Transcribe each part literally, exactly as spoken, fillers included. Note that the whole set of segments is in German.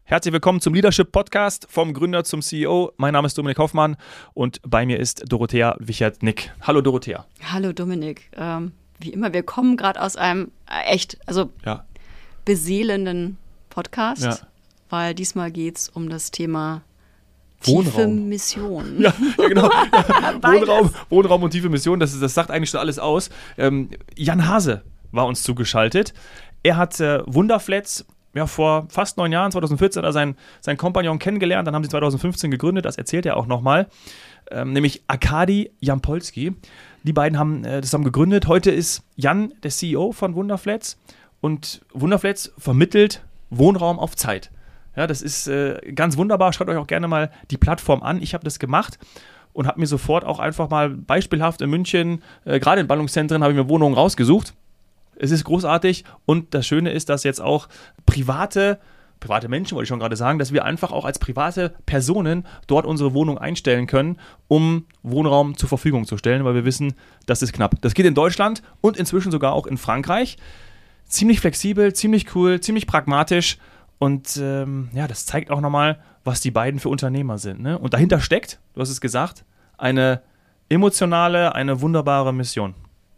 Herzlich willkommen zum Leadership Podcast vom Gründer zum C E O. Mein Name ist Dominik Hoffmann und bei mir ist Dorothea Wichert-Nick. Hallo Dorothea. Hallo Dominik. Ähm, wie immer, wir kommen gerade aus einem äh, echt, also ja. beseelenden Podcast, ja. weil diesmal geht es um das Thema Wohnraum. Tiefe Mission. Ja, ja genau. Wohnraum, Wohnraum und tiefe Mission, das, ist, das sagt eigentlich schon alles aus. Ähm, Jan Hase war uns zugeschaltet. Er hat äh, Wunderflats ja, vor fast neun Jahren, zwanzig vierzehn, hat er seinen, seinen Kompagnon kennengelernt. Dann haben sie zwanzig fünfzehn gegründet, das erzählt er auch nochmal. Ähm, nämlich Arkadi Jampolski. Die beiden haben äh, das haben gegründet. Heute ist Jan der C E O von Wunderflats. Und Wunderflats vermittelt Wohnraum auf Zeit. Ja, das ist äh, ganz wunderbar. Schaut euch auch gerne mal die Plattform an. Ich habe das gemacht und habe mir sofort auch einfach mal beispielhaft in München, äh, gerade in Ballungszentren, habe ich mir Wohnungen rausgesucht. Es ist großartig und das Schöne ist, dass jetzt auch private, private Menschen, wollte ich schon gerade sagen, dass wir einfach auch als private Personen dort unsere Wohnung einstellen können, um Wohnraum zur Verfügung zu stellen, weil wir wissen, das ist knapp. Das geht in Deutschland und inzwischen sogar auch in Frankreich. Ziemlich flexibel, ziemlich cool, ziemlich pragmatisch und ähm, ja, das zeigt auch nochmal, was die beiden für Unternehmer sind. Ne? Und dahinter steckt, du hast es gesagt, eine emotionale, eine wunderbare Mission.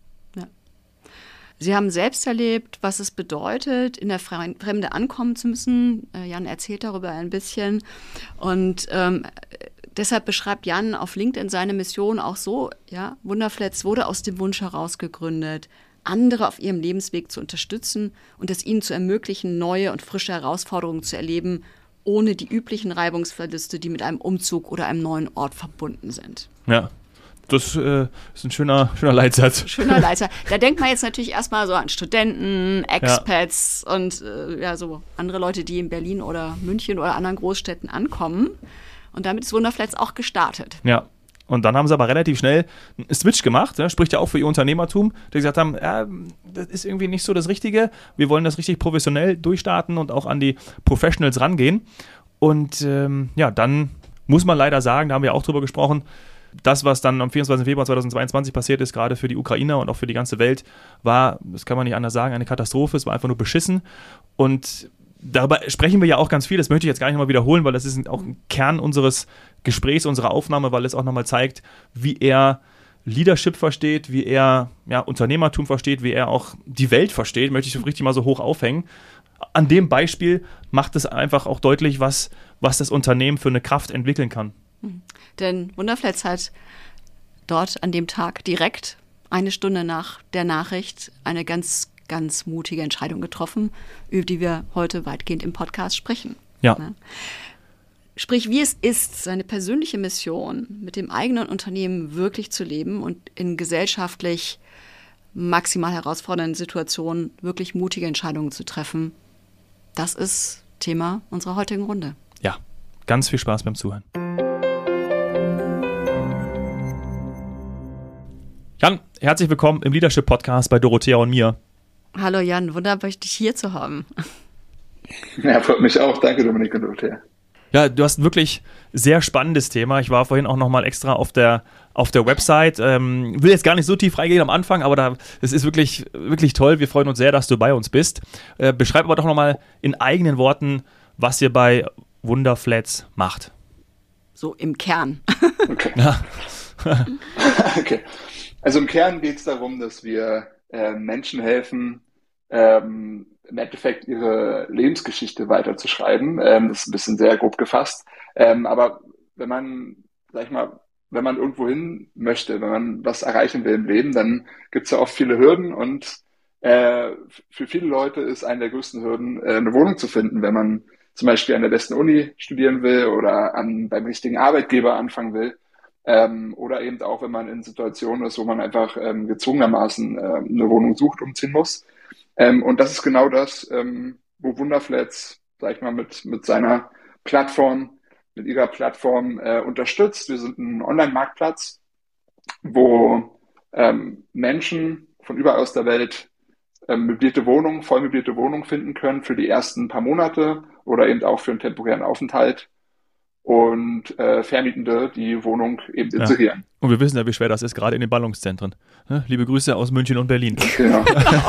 Sie haben selbst erlebt, was es bedeutet, in der Fremde ankommen zu müssen. Jan erzählt darüber ein bisschen. Und ähm, deshalb beschreibt Jan auf LinkedIn seine Mission auch so, ja, Wunderflats wurde aus dem Wunsch heraus gegründet, andere auf ihrem Lebensweg zu unterstützen und es ihnen zu ermöglichen, neue und frische Herausforderungen zu erleben, ohne die üblichen Reibungsverluste, die mit einem Umzug oder einem neuen Ort verbunden sind. Ja. Das äh, ist ein schöner, schöner Leitsatz. Schöner Leitsatz. Da denkt man jetzt natürlich erstmal so an Studenten, Expats ja. und äh, ja, so andere Leute, die in Berlin oder München oder anderen Großstädten ankommen. Und damit ist Wunderflats auch gestartet. Ja. Und dann haben sie aber relativ schnell einen Switch gemacht, ja, spricht ja auch für ihr Unternehmertum, die gesagt haben, ja, das ist irgendwie nicht so das Richtige. Wir wollen das richtig professionell durchstarten und auch an die Professionals rangehen. Und ähm, ja, dann muss man leider sagen, da haben wir auch drüber gesprochen, das, was dann am vierundzwanzigsten Februar zweitausendzweiundzwanzig passiert ist, gerade für die Ukrainer und auch für die ganze Welt, war, das kann man nicht anders sagen, eine Katastrophe. Es war einfach nur beschissen. Und darüber sprechen wir ja auch ganz viel. Das möchte ich jetzt gar nicht nochmal wiederholen, weil das ist auch ein Kern unseres Gesprächs, unserer Aufnahme, weil es auch nochmal zeigt, wie er Leadership versteht, wie er ja, Unternehmertum versteht, wie er auch die Welt versteht. Möchte ich so richtig mal so hoch aufhängen. An dem Beispiel macht es einfach auch deutlich, was, was das Unternehmen für eine Kraft entwickeln kann. Denn Wunderflats hat dort an dem Tag direkt eine Stunde nach der Nachricht eine ganz, ganz mutige Entscheidung getroffen, über die wir heute weitgehend im Podcast sprechen. Ja. Sprich, wie es ist, seine persönliche Mission mit dem eigenen Unternehmen wirklich zu leben und in gesellschaftlich maximal herausfordernden Situationen wirklich mutige Entscheidungen zu treffen. Das ist Thema unserer heutigen Runde. Ja, ganz viel Spaß beim Zuhören. Jan, herzlich willkommen im Leadership-Podcast bei Dorothea und mir. Hallo Jan, wunderbar, dich hier zu haben. Ja, freut mich auch. Danke, Dominik und Dorothea. Ja, du hast ein wirklich sehr spannendes Thema. Ich war vorhin auch nochmal extra auf der, auf der Website. Ähm, will jetzt gar nicht so tief reingehen am Anfang, aber da, das ist wirklich, wirklich toll. Wir freuen uns sehr, dass du bei uns bist. Äh, beschreib aber doch nochmal in eigenen Worten, was ihr bei Wunderflats macht. So im Kern. Okay. Ja. Okay. Also im Kern geht es darum, dass wir äh, Menschen helfen, ähm, im Endeffekt ihre Lebensgeschichte weiterzuschreiben. Ähm, das ist ein bisschen sehr grob gefasst. Ähm, aber wenn man, sag ich mal, wenn man irgendwo hin möchte, wenn man was erreichen will im Leben, dann gibt es ja oft viele Hürden und äh, für viele Leute ist eine der größten Hürden, äh, eine Wohnung zu finden, wenn man zum Beispiel an der besten Uni studieren will oder an, beim richtigen Arbeitgeber anfangen will. Ähm, oder eben auch, wenn man in Situationen ist, wo man einfach ähm, gezwungenermaßen äh, eine Wohnung sucht, umziehen muss. Ähm, und das ist genau das, ähm, wo Wunderflats, sag ich mal, mit, mit seiner Plattform, mit ihrer Plattform äh, unterstützt. Wir sind ein Online-Marktplatz, wo ähm, Menschen von überall aus der Welt ähm, möblierte Wohnungen, voll möblierte Wohnungen finden können für die ersten paar Monate oder eben auch für einen temporären Aufenthalt. und äh, Vermietende die Wohnung eben inserieren. Ja. Und wir wissen ja, wie schwer das ist, gerade in den Ballungszentren. Liebe Grüße aus München und Berlin. Genau.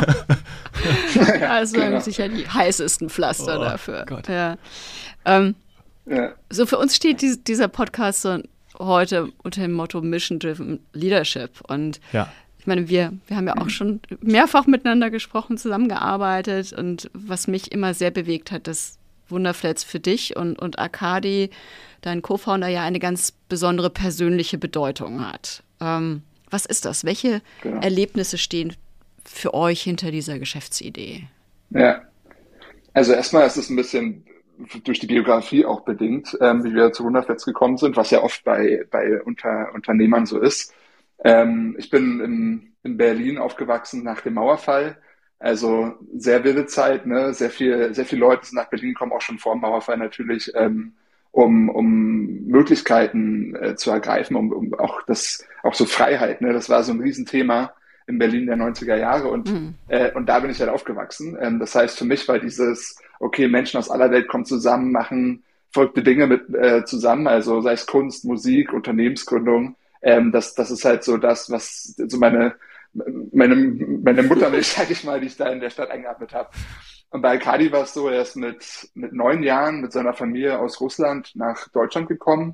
Also genau. sicher die heißesten Pflaster oh, dafür. Gott. Ja. Ähm, ja. So für uns steht dies, dieser Podcast so heute unter dem Motto Mission Driven Leadership. Und ja. ich meine, wir, wir haben ja auch schon mehrfach miteinander gesprochen, zusammengearbeitet. Und was mich immer sehr bewegt hat, dass Wunderflats für dich und, und Arkadi, dein Co-Founder, ja eine ganz besondere persönliche Bedeutung hat. Ähm, was ist das? Welche genau. Erlebnisse stehen für euch hinter dieser Geschäftsidee? Ja, also erstmal ist es ein bisschen durch die Biografie auch bedingt, ähm, wie wir zu Wunderflats gekommen sind, was ja oft bei, bei Unter, Unternehmern so ist. Ähm, ich bin in, in Berlin aufgewachsen nach dem Mauerfall. Also sehr wilde Zeit, ne? Sehr viel, sehr viele Leute sind nach Berlin gekommen, auch schon vor dem Mauerfall natürlich, ähm, um, um Möglichkeiten äh, zu ergreifen, um, um auch das, auch so Freiheit, ne? Das war so ein Riesenthema in Berlin der neunziger Jahre und, mhm. äh, und da bin ich halt aufgewachsen. Ähm, das heißt, für mich war dieses, okay, Menschen aus aller Welt kommen zusammen, machen verrückte Dinge mit äh, zusammen, also sei es Kunst, Musik, Unternehmensgründung, ähm, das, das ist halt so das, was so meine meine, meine Muttermilch, sag ich mal, die ich da in der Stadt eingeatmet habe. Und bei Arkadi war es so, er ist mit, mit neun Jahren mit seiner Familie aus Russland nach Deutschland gekommen.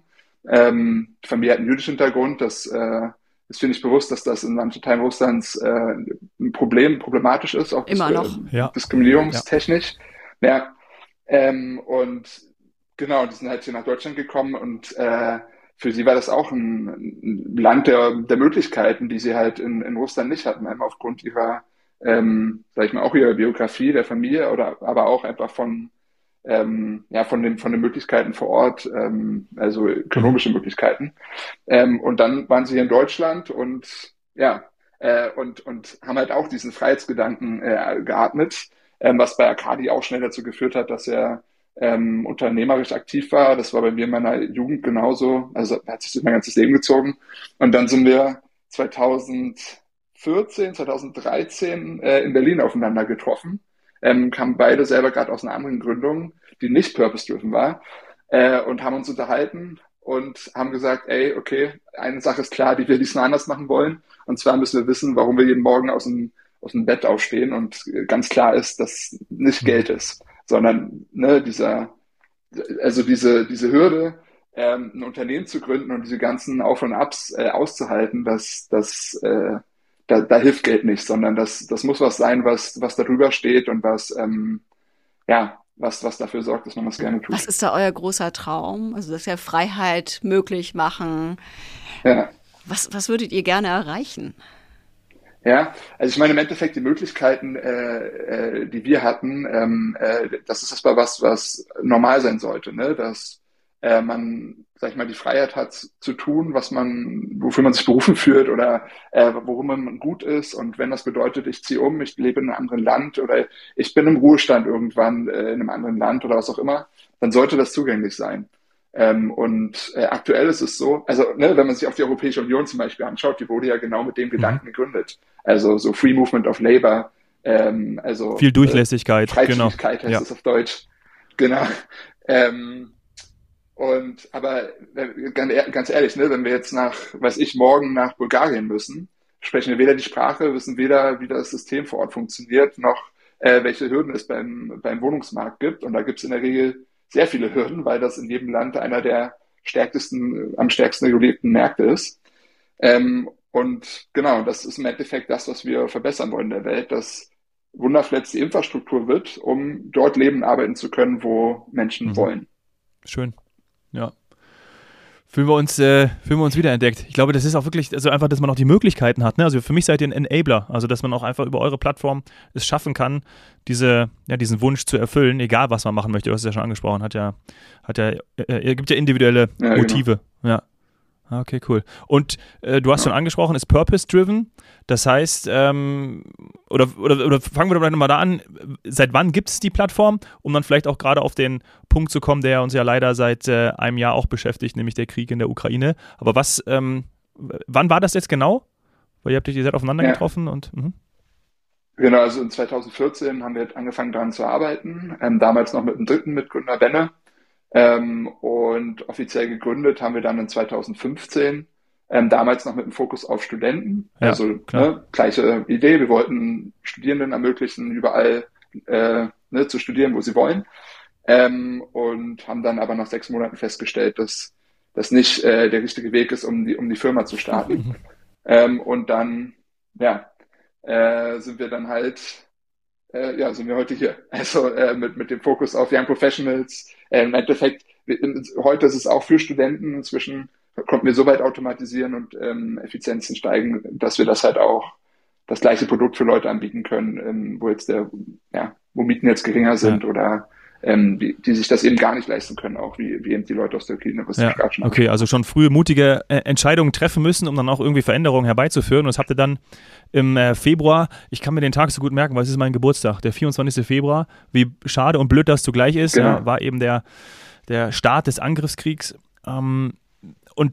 Ähm, die Familie hat einen jüdischen Hintergrund, das äh, ist mir nicht bewusst, dass das in manchen Teilen Russlands äh, ein Problem, problematisch ist, auch immer dis- noch. Äh, ja. diskriminierungstechnisch. Ja. ja. Ähm, und genau, die sind halt hier nach Deutschland gekommen und äh, für sie war das auch ein, ein Land der, der Möglichkeiten, die sie halt in, in Russland nicht hatten, einmal aufgrund ihrer, ähm, sag ich mal, auch ihrer Biografie der Familie oder aber auch einfach von, ähm, ja, von den, von den Möglichkeiten vor Ort, ähm, also ökonomische Möglichkeiten. Ähm, und dann waren sie hier in Deutschland und ja, äh, und, und haben halt auch diesen Freiheitsgedanken äh, geatmet, ähm, was bei Arkadi auch schnell dazu geführt hat, dass er Ähm, unternehmerisch aktiv war. Das war bei mir in meiner Jugend genauso. Also hat sich durch mein ganzes Leben gezogen. Und dann sind wir zweitausendvierzehn, zweitausenddreizehn äh, in Berlin aufeinander getroffen. Ähm, kamen beide selber gerade aus einer anderen Gründung, die nicht purpose-driven war, äh, und haben uns unterhalten und haben gesagt, ey, okay, eine Sache ist klar, die wir diesmal anders machen wollen. Und zwar müssen wir wissen, warum wir jeden Morgen aus dem, aus dem Bett aufstehen. Und ganz klar ist, dass nicht Geld ist, sondern ne, dieser, also diese, diese Hürde, ähm, ein Unternehmen zu gründen und diese ganzen Auf und Abs äh, auszuhalten, das, das, äh, da, da hilft Geld nicht, sondern das, das muss was sein, was, was darüber steht und was, ähm, ja, was, was dafür sorgt, dass man das gerne tut. Was ist da euer großer Traum? Also das ist ja Freiheit möglich machen. Ja. Was, was würdet ihr gerne erreichen? Ja, also ich meine im Endeffekt die Möglichkeiten, äh, äh, die wir hatten, ähm, äh, das ist erstmal was, was normal sein sollte, ne? Dass äh, man, sag ich mal, die Freiheit hat zu tun, was man, wofür man sich berufen fühlt oder äh, worum man gut ist. Und wenn das bedeutet, ich ziehe um, ich lebe in einem anderen Land oder ich bin im Ruhestand irgendwann äh, in einem anderen Land oder was auch immer, dann sollte das zugänglich sein. Ähm, und äh, aktuell ist es so, also ne, wenn man sich auch die Europäische Union zum Beispiel anschaut, die wurde ja genau mit dem Gedanken gegründet. Also so Free Movement of Labor, ähm, also viel Durchlässigkeit, äh, Freizügigkeit genau. heißt es ja. auf Deutsch. Genau. Ähm, und aber äh, ganz, ganz ehrlich, ne, wenn wir jetzt nach, weiß ich, morgen nach Bulgarien müssen, sprechen wir weder die Sprache, wissen weder, wie das System vor Ort funktioniert, noch äh, welche Hürden es beim, beim Wohnungsmarkt gibt. Und da gibt es in der Regel sehr viele Hürden, weil das in jedem Land einer der stärksten, am stärksten regulierten Märkte ist. Ähm, und genau, das ist im Endeffekt das, was wir verbessern wollen in der Welt, dass Wunderflats die Infrastruktur wird, um dort leben und arbeiten zu können, wo Menschen mhm. wollen. Schön, ja. Fühlen wir uns, äh, fühlen wir uns wiederentdeckt. Ich glaube, das ist auch wirklich, also einfach, dass man auch die Möglichkeiten hat. Ne? Also für mich seid ihr ein Enabler, also dass man auch einfach über eure Plattform es schaffen kann, diese, ja, diesen Wunsch zu erfüllen, egal was man machen möchte. Du hast es ja schon angesprochen, hat ja, hat ja, äh, gibt ja individuelle ja, Motive. Genau. Ja. Okay, cool. Und äh, du hast ja. schon angesprochen, ist purpose-driven. Das heißt, ähm, oder, oder, oder fangen wir doch vielleicht nochmal da an, seit wann gibt es die Plattform, um dann vielleicht auch gerade auf den Punkt zu kommen, der uns ja leider seit äh, einem Jahr auch beschäftigt, nämlich der Krieg in der Ukraine. Aber was, ähm, wann war das jetzt genau? Weil ihr habt euch, ihr seid aufeinander ja. getroffen und mh. Genau, also in zweitausendvierzehn haben wir angefangen daran zu arbeiten, ähm, damals noch mit dem dritten Mitgründer Benne. Ähm, und offiziell gegründet haben wir dann in zweitausendfünfzehn, ähm, damals noch mit dem Fokus auf Studenten. Ja, also klar. ne, gleiche Idee, wir wollten Studierenden ermöglichen, überall äh, ne, zu studieren, wo sie wollen. Ähm, und haben dann aber nach sechs Monaten festgestellt, dass das nicht äh, der richtige Weg ist, um die, um die Firma zu starten. ähm, und dann, ja, äh, sind wir dann halt, äh, ja, sind wir heute hier. Also äh, mit, mit dem Fokus auf Young Professionals. Äh, Im Endeffekt, heute ist es auch für Studenten. Inzwischen konnten wir so weit automatisieren und ähm, Effizienzen steigen, dass wir das halt auch das gleiche Produkt für Leute anbieten können, ähm, wo jetzt der, ja, wo Mieten jetzt geringer sind ja. oder ähm, die, die sich das eben gar nicht leisten können, auch wie, wie eben die Leute aus der Ukraine, was ja. ich gerade schon Okay, also schon frühe, mutige äh, Entscheidungen treffen müssen, um dann auch irgendwie Veränderungen herbeizuführen. Und das habt ihr dann im äh, Februar, ich kann mir den Tag so gut merken, weil es ist mein Geburtstag, der vierundzwanzigster Februar, wie schade und blöd das zugleich ist, genau. ja, war eben der, der Start des Angriffskriegs. Ähm, und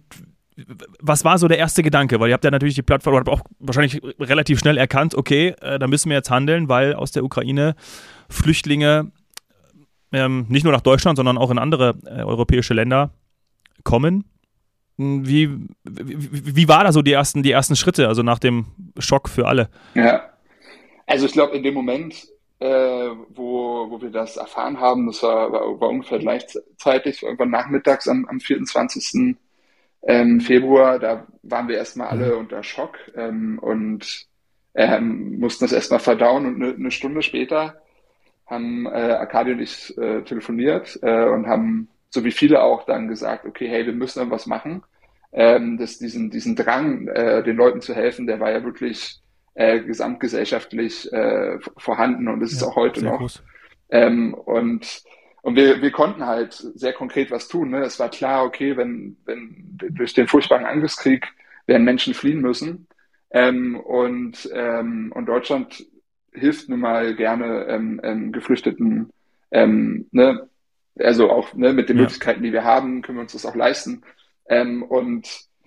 was war so der erste Gedanke? Weil ihr habt ja natürlich die Plattform, oder habt auch wahrscheinlich relativ schnell erkannt, okay, äh, da müssen wir jetzt handeln, weil aus der Ukraine Flüchtlinge ähm, nicht nur nach Deutschland, sondern auch in andere äh, europäische Länder kommen. Wie, wie, wie war da so die ersten, die ersten Schritte, also nach dem Schock für alle? Ja, also ich glaube in dem Moment, äh, wo, wo wir das erfahren haben, das war, war, war ungefähr gleichzeitig, irgendwann nachmittags am, am vierundzwanzigsten Ähm, Februar, da waren wir erstmal alle unter Schock ähm, und ähm, mussten das erstmal verdauen und eine, eine Stunde später haben äh, Arkadi und ich äh, telefoniert äh, und haben, so wie viele auch, dann gesagt, okay, hey, wir müssen irgendwas machen. Ähm, das, diesen, diesen Drang, äh, den Leuten zu helfen, der war ja wirklich äh, gesamtgesellschaftlich äh, vorhanden und das ist ja, auch heute noch. Groß. Ähm, und Und wir, wir konnten halt sehr konkret was tun. Ne? Es war klar, okay, wenn, wenn durch den furchtbaren Angriffskrieg werden Menschen fliehen müssen. Ähm, und, ähm, und Deutschland hilft nun mal gerne ähm, ähm, Geflüchteten, ähm, ne? also auch ne, mit den Ja. Möglichkeiten, die wir haben, können wir uns das auch leisten. Ähm, und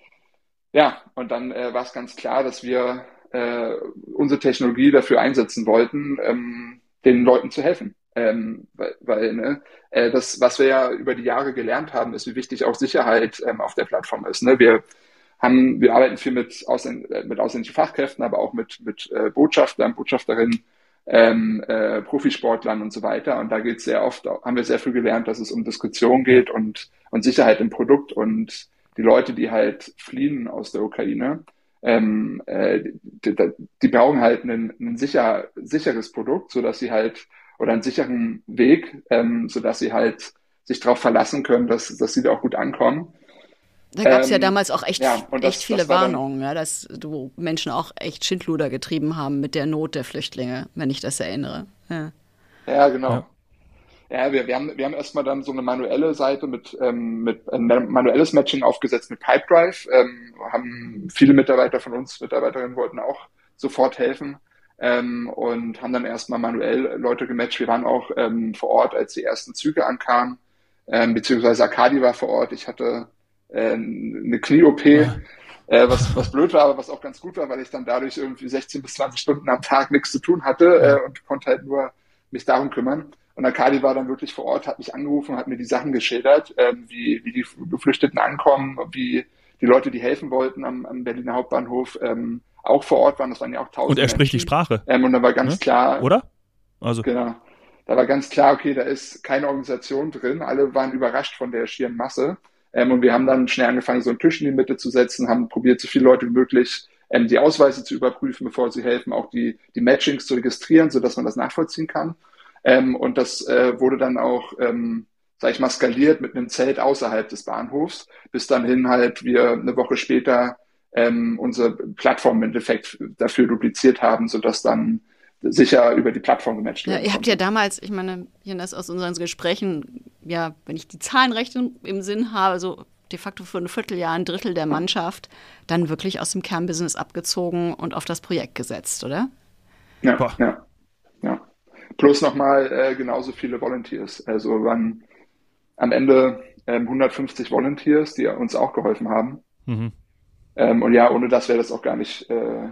ja, und dann äh, war es ganz klar, dass wir äh, unsere Technologie dafür einsetzen wollten, ähm, den Leuten zu helfen. Ähm, weil, weil ne, äh, das, was wir ja über die Jahre gelernt haben, ist, wie wichtig auch Sicherheit ähm, auf der Plattform ist. Ne? Wir haben, wir arbeiten viel mit, Ausländ mit ausländischen Fachkräften, aber auch mit, mit äh, Botschaftern, Botschafterinnen, ähm, äh, Profisportlern und so weiter. Und da geht es sehr oft, haben wir sehr viel gelernt, dass es um Diskussion geht und, und Sicherheit im Produkt und die Leute, die halt fliehen aus der Ukraine, ähm, äh, die, die, die brauchen halt ein, ein sicher, sicheres Produkt, sodass sie halt oder einen sicheren Weg, ähm, sodass sie halt sich darauf verlassen können, dass, dass sie da auch gut ankommen. Da gab es ähm, ja damals auch echt, ja, und das, echt viele das war dann, Warnungen, ja, dass du Menschen auch echt Schindluder getrieben haben mit der Not der Flüchtlinge, wenn ich das erinnere. Ja, ja genau. Ja. Ja, wir, wir haben, wir haben erstmal dann so eine manuelle Seite mit, ähm, mit ein manuelles Matching aufgesetzt mit Pipedrive, ähm, haben viele Mitarbeiter von uns, Mitarbeiterinnen wollten auch sofort helfen. Ähm, und haben dann erstmal manuell Leute gematcht. Wir waren auch ähm, vor Ort, als die ersten Züge ankamen, ähm, beziehungsweise Arkadi war vor Ort. Ich hatte äh, eine Knie-O P, Ja. äh, was, was blöd war, aber was auch ganz gut war, weil ich dann dadurch irgendwie sechzehn bis zwanzig Stunden am Tag nichts zu tun hatte Ja. äh, und konnte halt nur mich darum kümmern. Und Arkadi war dann wirklich vor Ort, hat mich angerufen, hat mir die Sachen geschildert, ähm, wie, wie die Geflüchteten ankommen, wie die Leute, die helfen wollten am, am Berliner Hauptbahnhof, ähm, auch vor Ort waren. Das waren ja auch tausend Und er spricht die Menschen. Sprache, Ähm, und da war ganz ne? klar, Oder? Also, genau, da war ganz klar, okay, da ist keine Organisation drin. Alle waren überrascht von der schieren Masse. Ähm, und wir haben dann schnell angefangen, so einen Tisch in die Mitte zu setzen, haben probiert, so viele Leute wie möglich ähm, die Ausweise zu überprüfen, bevor sie helfen, auch die, die Matchings zu registrieren, sodass man das nachvollziehen kann. Ähm, und das äh, wurde dann auch, ähm, sag ich mal, skaliert mit einem Zelt außerhalb des Bahnhofs, bis dann hin halt wir eine Woche später ähm, unsere Plattform im Endeffekt dafür dupliziert haben, sodass dann sicher über die Plattform gematcht ja werden ihr habt konnte. ja damals, ich meine, hier das aus unseren Gesprächen, ja, wenn ich die Zahlen recht im Sinn habe, so de facto für ein Vierteljahr ein Drittel der Mannschaft dann wirklich aus dem Kernbusiness abgezogen und auf das Projekt gesetzt, oder? Ja, Boah. ja, ja. Plus nochmal äh, genauso viele Volunteers. Also waren am Ende ähm, hundertfünfzig Volunteers, die uns auch geholfen haben. mhm. Ähm, und ja, ohne das wäre das auch gar nicht äh,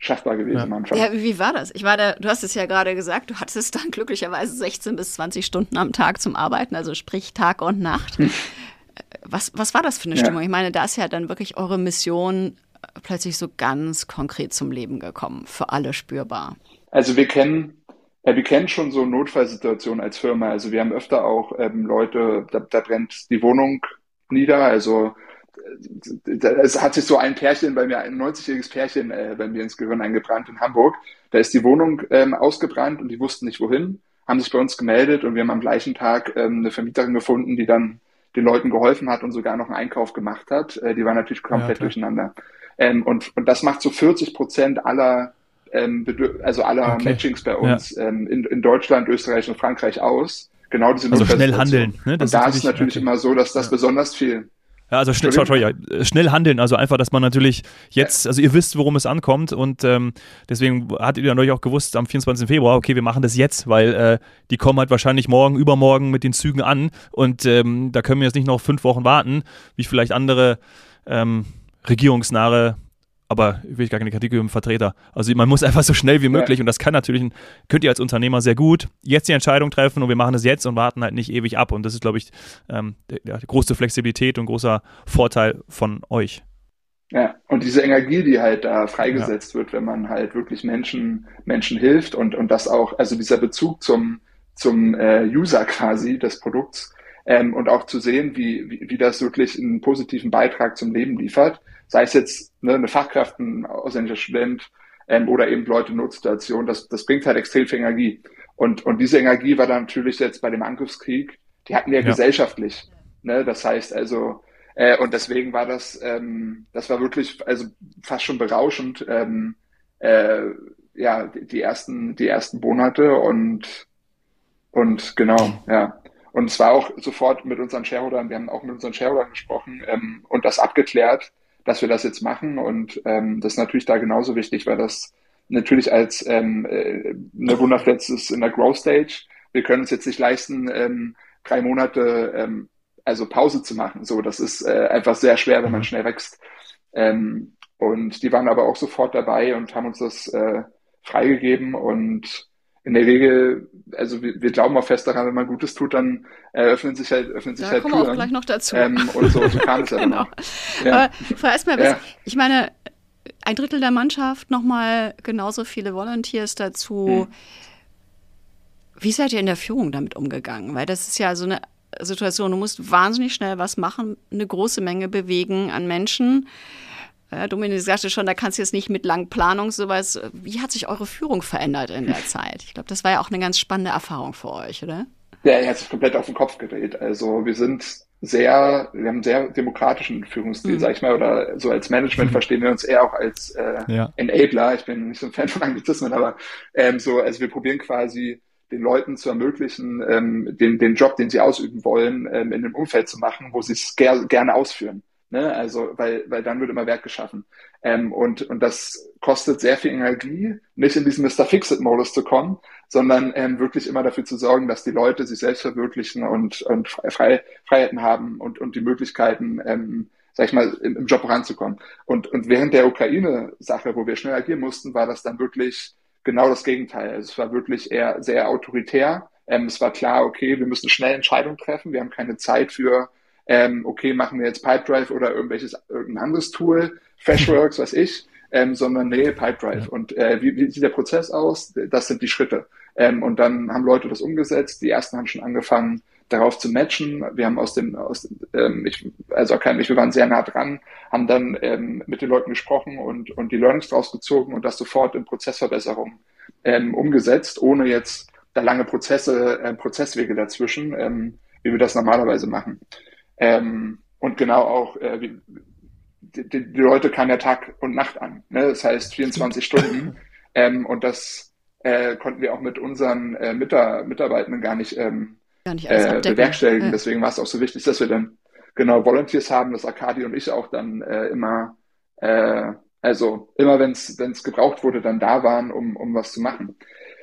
schaffbar gewesen ja. am Anfang. Ja, wie war das? Ich war da, du hast es ja gerade gesagt, du hattest dann glücklicherweise sechzehn bis zwanzig Stunden am Tag zum Arbeiten, also sprich Tag und Nacht. Hm. Was, was war das für eine Stimmung? Ja. Ich meine, da ist ja dann wirklich eure Mission plötzlich so ganz konkret zum Leben gekommen, für alle spürbar. Also wir kennen, ja, wir kennen schon so Notfallsituationen als Firma. Also wir haben öfter auch ähm, Leute, da, da brennt die Wohnung nieder. Also es hat sich so ein Pärchen bei mir, ein neunzigjähriges Pärchen äh, bei mir ins Gehirn eingebrannt in Hamburg. Da ist die Wohnung ähm, ausgebrannt und die wussten nicht wohin, haben sich bei uns gemeldet und wir haben am gleichen Tag ähm, eine Vermieterin gefunden, die dann den Leuten geholfen hat und sogar noch einen Einkauf gemacht hat. Äh, die war natürlich komplett ja, durcheinander. Ähm, und, und das macht so vierzig Prozent aller, ähm, also aller okay. Matchings bei uns ja. ähm, in, in Deutschland, Österreich und Frankreich aus. Genau diese Also schnell handeln. Ne? Das und da ist es natürlich okay. immer so, dass das ja. besonders viel... Ja, also schnell, sorry, sorry, schnell handeln, also einfach, dass man natürlich jetzt, also ihr wisst, worum es ankommt und ähm, deswegen hattet ihr natürlich auch gewusst am vierundzwanzigsten Februar, okay, wir machen das jetzt, weil äh, die kommen halt wahrscheinlich morgen, übermorgen mit den Zügen an und ähm, da können wir jetzt nicht noch fünf Wochen warten, wie vielleicht andere ähm, regierungsnahe, aber ich will gar keine Kritik üben, Vertreter. Also man muss einfach so schnell wie möglich ja. und das kann natürlich, könnt ihr als Unternehmer sehr gut jetzt die Entscheidung treffen und wir machen das jetzt und warten halt nicht ewig ab und das ist, glaube ich, ähm, die, die große Flexibilität und großer Vorteil von euch. Ja, und diese Energie, die halt da freigesetzt ja. wird, wenn man halt wirklich Menschen, Menschen hilft und, und das auch, also dieser Bezug zum, zum äh, User quasi des Produkts ähm, und auch zu sehen, wie, wie, wie das wirklich einen positiven Beitrag zum Leben liefert, sei es jetzt ne, eine Fachkraft, ein ausländischer Student ähm, oder eben Leute in Notsituationen, das, das bringt halt extrem viel Energie. Und, und diese Energie war dann natürlich jetzt bei dem Angriffskrieg, die hatten wir ja. gesellschaftlich. Ne? Das heißt also, äh, und deswegen war das, ähm, das war wirklich also fast schon berauschend, ähm, äh, ja, die, die ersten, die ersten Monate und, und genau, ja. Und es war auch sofort mit unseren Shareholdern, wir haben auch mit unseren Shareholdern gesprochen ähm, und das abgeklärt, dass wir das jetzt machen und ähm, das ist natürlich da genauso wichtig, weil das natürlich als ähm, eine Wunderfletz ist in der Growth Stage. Wir können uns jetzt nicht leisten, ähm, drei Monate ähm, also Pause zu machen. So, das ist äh, einfach sehr schwer, wenn man schnell wächst. Ähm, und die waren aber auch sofort dabei und haben uns das äh, freigegeben und in der Regel, also wir, wir glauben auch fest daran, wenn man Gutes tut, dann öffnen sich halt, öffnen sich da halt kommen Türen. Wir auch gleich noch dazu. Ähm, und so, so kam es ja genau. dann auch. Ja. Aber Frau Esmer, ja. ich meine, ein Drittel der Mannschaft, nochmal genauso viele Volunteers dazu. Hm. Wie seid ihr in der Führung damit umgegangen? Weil das ist ja so eine Situation, du musst wahnsinnig schnell was machen, eine große Menge bewegen an Menschen. Ja, Dominik sagte schon, da kannst du jetzt nicht mit langen Planung sowas. Wie hat sich eure Führung verändert in der Zeit? Ich glaube, das war ja auch eine ganz spannende Erfahrung für euch, oder? Ja, er hat sich komplett auf den Kopf gedreht. Also wir sind sehr, wir haben einen sehr demokratischen Führungsstil, mhm. sag ich mal, oder so als Management mhm. verstehen wir uns eher auch als äh, ja. Enabler. Ich bin nicht so ein Fan von Anglizismen, aber ähm, so, also wir probieren quasi den Leuten zu ermöglichen, ähm, den, den Job, den sie ausüben wollen, ähm, in einem Umfeld zu machen, wo sie es ger- gerne ausführen. Ne, also, weil, weil dann wird immer Wert geschaffen. Ähm, und, und das kostet sehr viel Energie, nicht in diesen Mister Fix-It-Modus zu kommen, sondern ähm, wirklich immer dafür zu sorgen, dass die Leute sich selbst verwirklichen und, und Frei, Freiheiten haben und, und die Möglichkeiten, ähm, sag ich mal, im, im Job voranzukommen. Und, und während der Ukraine-Sache, wo wir schnell agieren mussten, war das dann wirklich genau das Gegenteil. Also es war wirklich eher sehr autoritär. Ähm, es war klar, okay, wir müssen schnell Entscheidungen treffen. Wir haben keine Zeit für Ähm, okay, machen wir jetzt Pipedrive oder irgendwelches, irgendein anderes Tool, Freshworks, was ich, ähm, sondern nee, Pipedrive. Ja. Und äh, wie, wie sieht der Prozess aus? Das sind die Schritte. Ähm, und dann haben Leute das umgesetzt. Die ersten haben schon angefangen, darauf zu matchen. Wir haben aus dem, aus, ähm, ich, also Akaim, wir waren sehr nah dran, haben dann ähm, mit den Leuten gesprochen und, und die Learnings draus gezogen und das sofort in Prozessverbesserung ähm, umgesetzt, ohne jetzt da lange Prozesse, äh, Prozesswege dazwischen, ähm, wie wir das normalerweise machen. Ähm, und genau auch, äh, wie, die, die Leute kamen ja Tag und Nacht an. Ne? Das heißt vierundzwanzig Stunden. Ähm, und das äh, konnten wir auch mit unseren äh, Mitar- Mitarbeitenden gar nicht, ähm, gar nicht äh, bewerkstelligen. Ja. Deswegen war es auch so wichtig, dass wir dann genau Volunteers haben, dass Arkadi und ich auch dann äh, immer, äh, also immer wenn es gebraucht wurde, dann da waren, um, um was zu machen.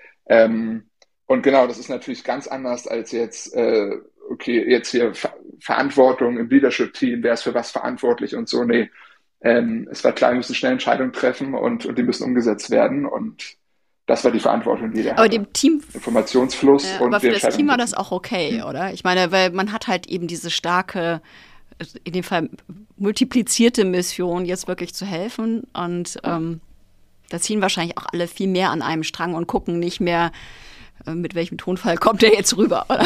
Ähm, und genau, das ist natürlich ganz anders als jetzt äh, okay, jetzt hier Ver- Verantwortung im Leadership-Team, wer ist für was verantwortlich und so. Nee, ähm, es war klar, wir müssen schnell Entscheidungen treffen und, und die müssen umgesetzt werden und das war die Verantwortung, die der aber hatte. dem Team, Informationsfluss ja, und aber für die das Team war das setzen. auch okay, Hm. oder? Ich meine, weil man hat halt eben diese starke, in dem Fall multiplizierte Mission, jetzt wirklich zu helfen und ähm, da ziehen wahrscheinlich auch alle viel mehr an einem Strang und gucken nicht mehr, äh, mit welchem Tonfall kommt der jetzt rüber, oder?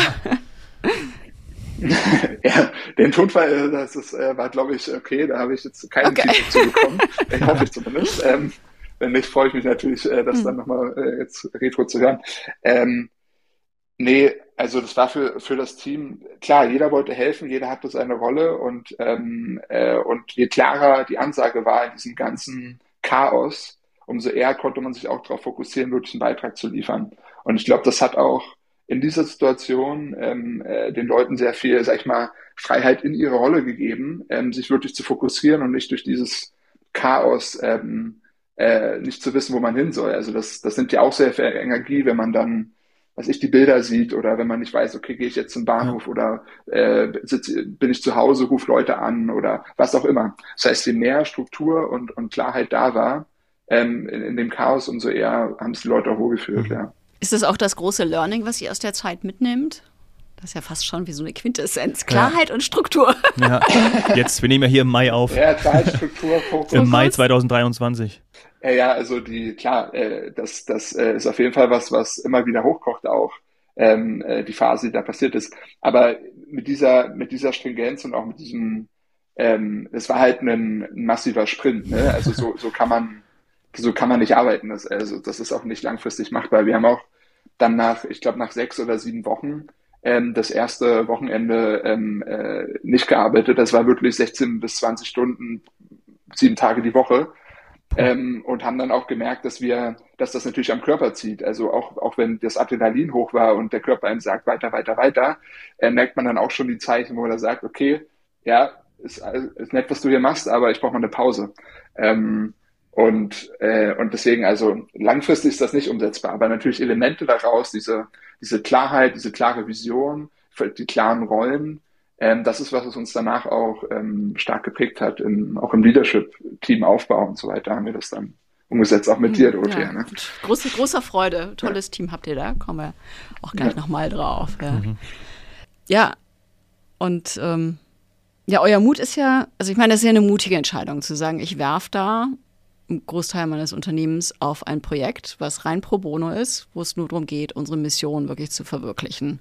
Ja, den Tonfall, das ist, äh, war, glaube ich, okay. Da habe ich jetzt keinen Okay. Feedback zu bekommen. Ich hoffe ich zumindest. Ähm, wenn nicht, freue ich mich natürlich, äh, das dann nochmal äh, jetzt retro zu hören. Ähm, nee, also das war für, für das Team, klar, jeder wollte helfen, jeder hatte seine Rolle und, ähm, äh, und je klarer die Ansage war in diesem ganzen Chaos, umso eher konnte man sich auch darauf fokussieren, wirklich einen Beitrag zu liefern. Und ich glaube, das hat auch in dieser Situation ähm, äh, den Leuten sehr viel, sag ich mal, Freiheit in ihre Rolle gegeben, ähm, sich wirklich zu fokussieren und nicht durch dieses Chaos ähm, äh, nicht zu wissen, wo man hin soll. Also das, das nimmt ja auch sehr viel Energie, wenn man dann, was ich, die Bilder sieht oder wenn man nicht weiß, okay, gehe ich jetzt zum Bahnhof oder äh, sitz, bin ich zu Hause, ruf Leute an oder was auch immer. Das heißt, je mehr Struktur und, und Klarheit da war ähm, in, in dem Chaos, umso eher haben es die Leute auch wohlgefühlt, Mhm. ja. Ist das auch das große Learning, was ihr aus der Zeit mitnimmt? Das ist ja fast schon wie so eine Quintessenz. Klarheit und Struktur. Ja, jetzt, wir nehmen ja hier im Mai auf. Ja, Klarheit, Struktur, Fokus. Im Mai zweitausenddreiundzwanzig. Ja, ja, also die, klar, äh, das, das äh, ist auf jeden Fall was, was immer wieder hochkocht auch, ähm, äh, die Phase, die da passiert ist. Aber mit dieser, mit dieser Stringenz und auch mit diesem, ähm, es war halt ein, ein massiver Sprint, ne? Also so, so kann man, so kann man nicht arbeiten. Das, also das ist auch nicht langfristig machbar. Wir haben auch dann nach, ich glaube, nach sechs oder sieben Wochen ähm, das erste Wochenende ähm, äh, nicht gearbeitet. Das war wirklich sechzehn bis zwanzig Stunden, sieben Tage die Woche. Ähm, und haben dann auch gemerkt, dass wir, dass das natürlich am Körper zieht. Also auch, auch wenn das Adrenalin hoch war und der Körper einem sagt, weiter, weiter, weiter, äh, merkt man dann auch schon die Zeichen, wo er sagt, okay, ja, ist, ist nett, was du hier machst, aber ich brauche mal eine Pause. Ähm, und, äh, und deswegen, also langfristig ist das nicht umsetzbar, aber natürlich Elemente daraus, diese, diese Klarheit, diese klare Vision, die klaren Rollen, ähm, das ist, was es uns danach auch ähm, stark geprägt hat, im, auch im Leadership-Team-Aufbau und so weiter haben wir das dann umgesetzt, auch mit dir, Dorothea. Ja, Ne? große, großer Freude. Tolles ja. Team habt ihr da. Kommen wir auch gleich ja. nochmal drauf. Ja, mhm. ja. und ähm, ja, euer Mut ist ja, also ich meine, das ist ja eine mutige Entscheidung, zu sagen, ich werfe da einen Großteil meines Unternehmens auf ein Projekt, was rein pro bono ist, wo es nur darum geht, unsere Mission wirklich zu verwirklichen.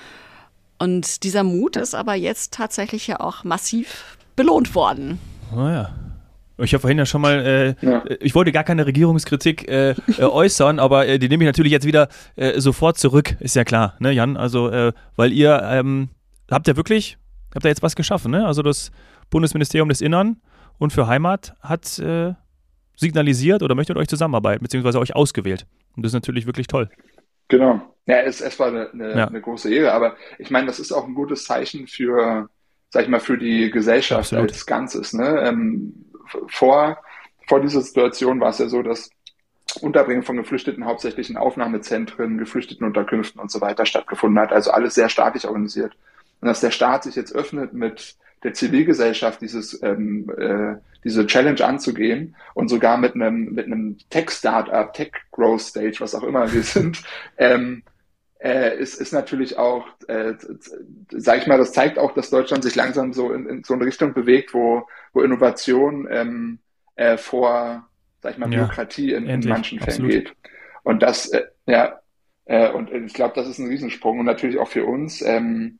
Und dieser Mut ist aber jetzt tatsächlich ja auch massiv belohnt worden. Oh ja. Ich habe vorhin ja schon mal, äh, ja. ich wollte gar keine Regierungskritik äh, äh, äußern, aber äh, die nehme ich natürlich jetzt wieder äh, sofort zurück, ist ja klar, ne, Jan? Also, äh, weil ihr ähm, habt ja wirklich, habt da jetzt was geschaffen, ne? Also das Bundesministerium des Innern und für Heimat hat äh, signalisiert oder möchte mit euch zusammenarbeiten, beziehungsweise euch ausgewählt. Und das ist natürlich wirklich toll. Genau. Ja, es, es war eine, eine, ja. eine große Ehre, aber ich meine, das ist auch ein gutes Zeichen für, sag ich mal, für die Gesellschaft Absolut. Als Ganzes. Ne? Ähm, vor, vor dieser Situation war es ja so, dass Unterbringung von Geflüchteten hauptsächlich in Aufnahmezentren, Geflüchtetenunterkünften und so weiter stattgefunden hat, also alles sehr staatlich organisiert. Und dass der Staat sich jetzt öffnet, mit der Zivilgesellschaft dieses ähm, äh, diese Challenge anzugehen und sogar mit einem mit einem Tech-Startup, Tech-Growth-Stage, was auch immer wir sind, ähm, äh, ist, ist natürlich auch, äh, sag ich mal, das zeigt auch, dass Deutschland sich langsam so in, in so eine Richtung bewegt, wo, wo Innovation ähm, äh, vor, sag ich mal, Bürokratie ja, in, in manchen Fällen absolut. Geht. Und das, äh, ja, äh, und ich glaube, das ist ein Riesensprung und natürlich auch für uns. Ähm,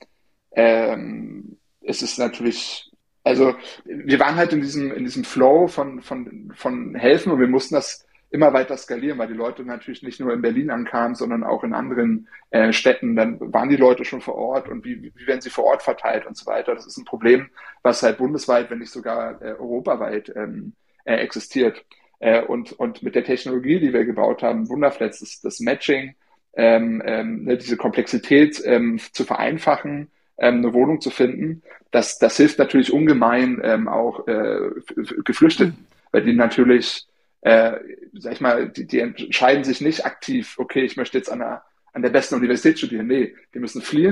ähm, es ist natürlich, also wir waren halt in diesem in diesem Flow von von von helfen und wir mussten das immer weiter skalieren, weil die Leute natürlich nicht nur in Berlin ankamen, sondern auch in anderen äh, Städten. Dann waren die Leute schon vor Ort und wie wie werden sie vor Ort verteilt und so weiter. Das ist ein Problem, was halt bundesweit, wenn nicht sogar äh, europaweit ähm, äh, existiert. Äh, und und mit der Technologie, die wir gebaut haben, Wunderflats, das, das Matching, ähm, ähm, ne, diese Komplexität ähm, zu vereinfachen, ähm, eine Wohnung zu finden, das, das hilft natürlich ungemein ähm, auch äh, Geflüchteten, mhm. weil die natürlich, äh, sag ich mal, die, die entscheiden sich nicht aktiv, okay, ich möchte jetzt an der, an der besten Universität studieren. Nee, die müssen fliehen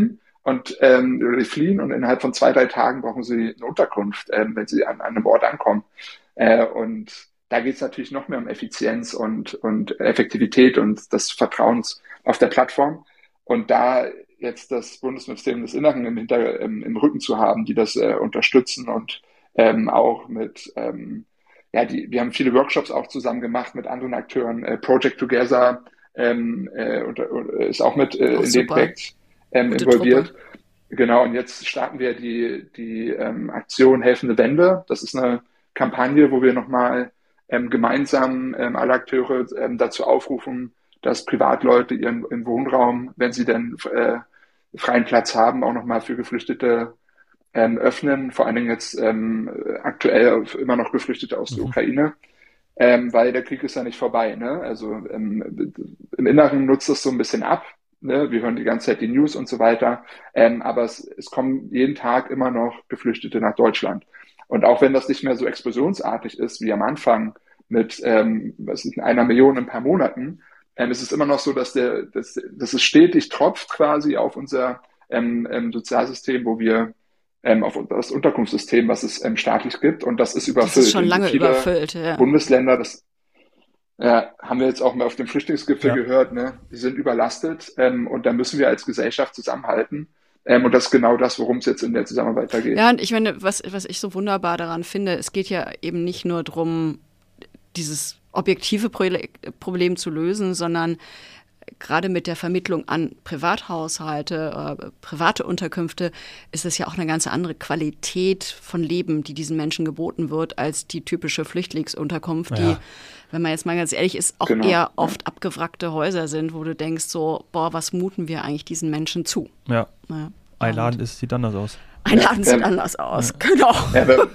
und ähm, die fliehen und innerhalb von zwei, drei Tagen brauchen sie eine Unterkunft, ähm, wenn sie an, an einem Ort ankommen. Äh, und da geht es natürlich noch mehr um Effizienz und, und Effektivität und das Vertrauens auf der Plattform. Und da jetzt das Bundesministerium des Inneren im, Hinter-, im, im Rücken zu haben, die das äh, unterstützen und ähm, auch mit, ähm, ja, die, wir haben viele Workshops auch zusammen gemacht mit anderen Akteuren. Äh, Project Together ähm, äh, und, äh, ist auch mit äh, Auch in super. dem Projekt ähm, Gute involviert. Truppe. Genau, und jetzt starten wir die, die ähm, Aktion Helfende Wände. Das ist eine Kampagne, wo wir nochmal ähm, gemeinsam ähm, alle Akteure ähm, dazu aufrufen, dass Privatleute ihren, ihren Wohnraum, wenn sie denn äh, freien Platz haben, auch nochmal für Geflüchtete ähm, öffnen. Vor allen Dingen jetzt ähm, aktuell immer noch Geflüchtete aus der Mhm. Ukraine. Ähm, weil der Krieg ist ja nicht vorbei. Ne? Also ähm, im Inneren nutzt das so ein bisschen ab. Ne? Wir hören die ganze Zeit die News und so weiter. Ähm, aber es, es kommen jeden Tag immer noch Geflüchtete nach Deutschland. Und auch wenn das nicht mehr so explosionsartig ist wie am Anfang mit ähm, was ist, einer Million in ein paar Monaten, ähm, ist es immer noch so, dass, der, dass, dass es stetig tropft quasi auf unser ähm, ähm, Sozialsystem, wo wir ähm, auf das Unterkunftssystem, was es ähm, staatlich gibt. Und das ist überfüllt. Das ist schon Und lange viele überfüllt, ja. Bundesländer, das ja, haben wir jetzt auch mal auf dem Flüchtlingsgipfel Ja. gehört, ne? Die sind überlastet ähm, und da müssen wir als Gesellschaft zusammenhalten. Ähm, und das ist genau das, worum es jetzt in der Zusammenarbeit da geht. Ja, und ich meine, was, was ich so wunderbar daran finde, es geht ja eben nicht nur darum, dieses objektive Problem zu lösen, sondern gerade mit der Vermittlung an Privathaushalte, äh, private Unterkünfte, ist es ja auch eine ganz andere Qualität von Leben, die diesen Menschen geboten wird, als die typische Flüchtlingsunterkunft, Ja. die, wenn man jetzt mal ganz ehrlich ist, auch Genau, eher ja. oft abgewrackte Häuser sind, wo du denkst so, boah, was muten wir eigentlich diesen Menschen zu? Ja. Ja. Einladend ist, sieht anders aus. Einladen sieht Ja. anders aus, genau. Ja, wenn,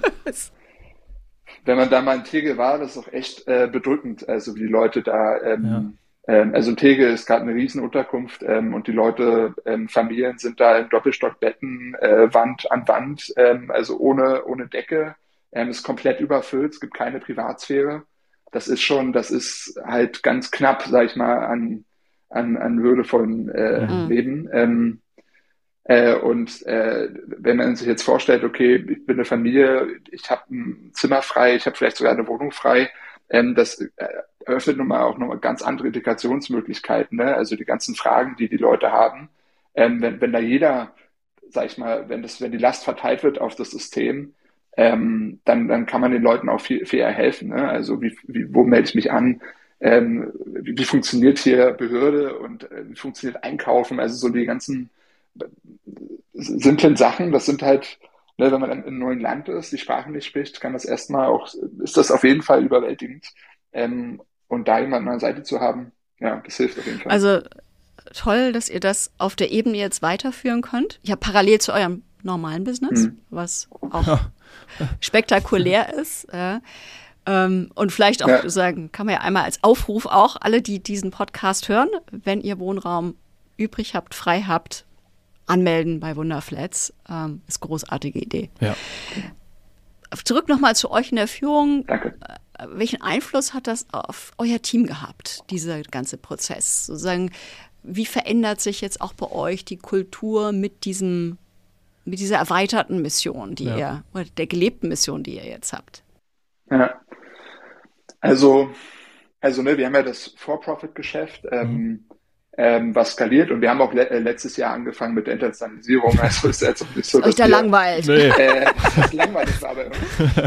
wenn man da mal in Tegel war, das ist auch echt äh, bedrückend, also wie die Leute da ähm, ähm, also in Tegel ist gerade eine Riesenunterkunft ähm, und die Leute, ähm, Familien sind da in Doppelstockbetten, äh, Wand an Wand, ähm, also ohne, ohne Decke, ähm, ist komplett überfüllt, es gibt keine Privatsphäre. Das ist schon, das ist halt ganz knapp, sag ich mal, an, an, an würdevollen äh, Mhm. Leben. Ähm, äh, und äh, wenn man sich jetzt vorstellt, okay, ich bin eine Familie, ich habe ein Zimmer frei, ich habe vielleicht sogar eine Wohnung frei, ähm, das äh, eröffnet nun mal auch nochmal ganz andere Integrationsmöglichkeiten, ne? Also die ganzen Fragen, die die Leute haben. Ähm, wenn, wenn da jeder, sag ich mal, wenn das, wenn die Last verteilt wird auf das System, ähm, dann, dann kann man den Leuten auch viel, viel eher helfen, ne? Also wie, wie, wo melde ich mich an? Ähm, wie, wie funktioniert hier Behörde und äh, wie funktioniert Einkaufen? Also so die ganzen simplen Sachen, das sind halt, ne, wenn man in einem neuen Land ist, die Sprache nicht spricht, kann das erstmal auch, ist das auf jeden Fall überwältigend. Ähm, und da jemanden an der Seite zu haben, ja, das hilft auf jeden Fall. Also toll, dass ihr das auf der Ebene jetzt weiterführen könnt. Ja, parallel zu eurem normalen Business, Mhm. was auch spektakulär ist. Äh, ähm, und vielleicht auch Ja. sagen, kann man ja einmal als Aufruf auch, alle, die diesen Podcast hören, wenn ihr Wohnraum übrig habt, frei habt, anmelden bei Wunderflats. Ähm, ist eine großartige Idee. Ja. Zurück nochmal zu euch in der Führung. Danke. Welchen Einfluss hat das auf euer Team gehabt, dieser ganze Prozess? Sozusagen, wie verändert sich jetzt auch bei euch die Kultur mit diesem, mit dieser erweiterten Mission, die Ja. ihr, oder der gelebten Mission, die ihr jetzt habt? Ja. Also, also ne, wir haben ja das For-Profit-Geschäft, ähm, Mhm. ähm, was skaliert und wir haben auch le äh, letztes Jahr angefangen mit der Internationalisierung. Also ist jetzt auch nicht so, Ist euch dass da wir, langweilt? Nee. äh, das langweilig war bei uns.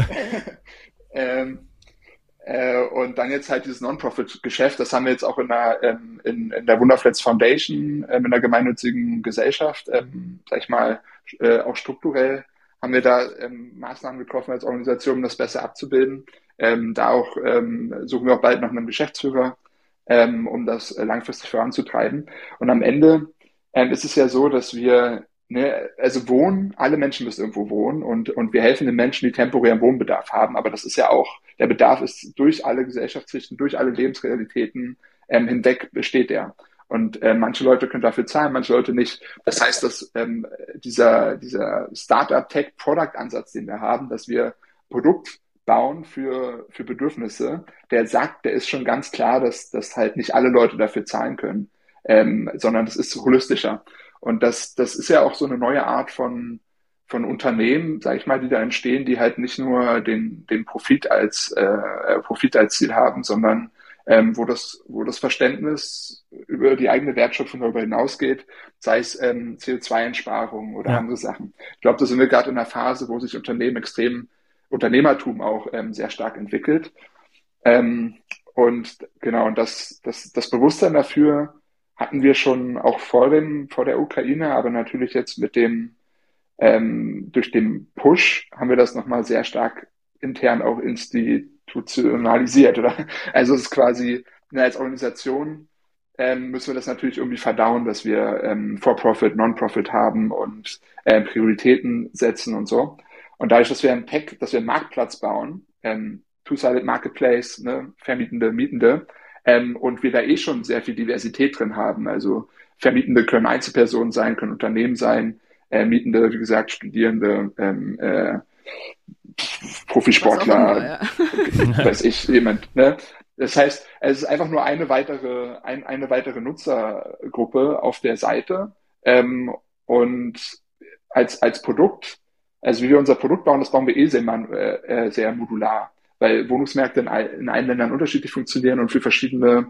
ähm, äh, und dann jetzt halt dieses Non-Profit-Geschäft, das haben wir jetzt auch in der, ähm, in, in der Wunderflats Foundation, ähm, in der gemeinnützigen Gesellschaft, ähm, sag ich mal, äh, auch strukturell haben wir da ähm, Maßnahmen getroffen als Organisation, um das besser abzubilden. Ähm, da auch ähm, suchen wir auch bald nach einem Geschäftsführer, ähm, um das äh, langfristig voranzutreiben. Und am Ende ähm, ist es ja so, dass wir, ne, also wohnen, alle Menschen müssen irgendwo wohnen und, und wir helfen den Menschen, die temporären Wohnbedarf haben. Aber das ist ja auch, der Bedarf ist durch alle Gesellschaftsschichten, durch alle Lebensrealitäten ähm, hinweg besteht er. Und äh, manche Leute können dafür zahlen, manche Leute nicht. Das heißt, dass ähm, dieser, dieser Startup-Tech-Product-Ansatz, den wir haben, dass wir Produkt bauen für, für Bedürfnisse, der sagt, der ist schon ganz klar, dass, dass halt nicht alle Leute dafür zahlen können, ähm, sondern das ist holistischer. Und das, das ist ja auch so eine neue Art von, von Unternehmen, sag ich mal, die da entstehen, die halt nicht nur den, den Profit als, äh, Profit als Ziel haben, sondern ähm, wo das, wo das Verständnis über die eigene Wertschöpfung darüber hinausgeht, sei es ähm, C O zwei Einsparung oder Ja. andere Sachen. Ich glaube, da sind wir gerade in einer Phase, wo sich Unternehmen extrem, Unternehmertum auch ähm, sehr stark entwickelt. Ähm, und genau, und das, das, das Bewusstsein dafür hatten wir schon auch vor dem, vor der Ukraine, aber natürlich jetzt mit dem, ähm, durch den Push haben wir das nochmal sehr stark intern auch institutionalisiert, oder? Also es ist quasi, na, als Organisation ähm, müssen wir das natürlich irgendwie verdauen, dass wir ähm, For-Profit, Non-Profit haben und ähm, Prioritäten setzen und so. Und dadurch, dass wir ein Pack, dass wir einen Marktplatz bauen, ähm, Two-Sided Marketplace, ne, Vermietende, Mietende, ähm, und wir da eh schon sehr viel Diversität drin haben. Also Vermietende können Einzelpersonen sein, können Unternehmen sein, äh, Mietende, wie gesagt, Studierende, ähm, äh, Profisportler, immer, ja. weiß ich, jemand, ne? Das heißt, es ist einfach nur eine weitere, ein, eine weitere Nutzergruppe auf der Seite. Ähm, und als, als Produkt, also wie wir unser Produkt bauen, das bauen wir eh sehr, äh, sehr modular, weil Wohnungsmärkte in, in allen Ländern unterschiedlich funktionieren und für verschiedene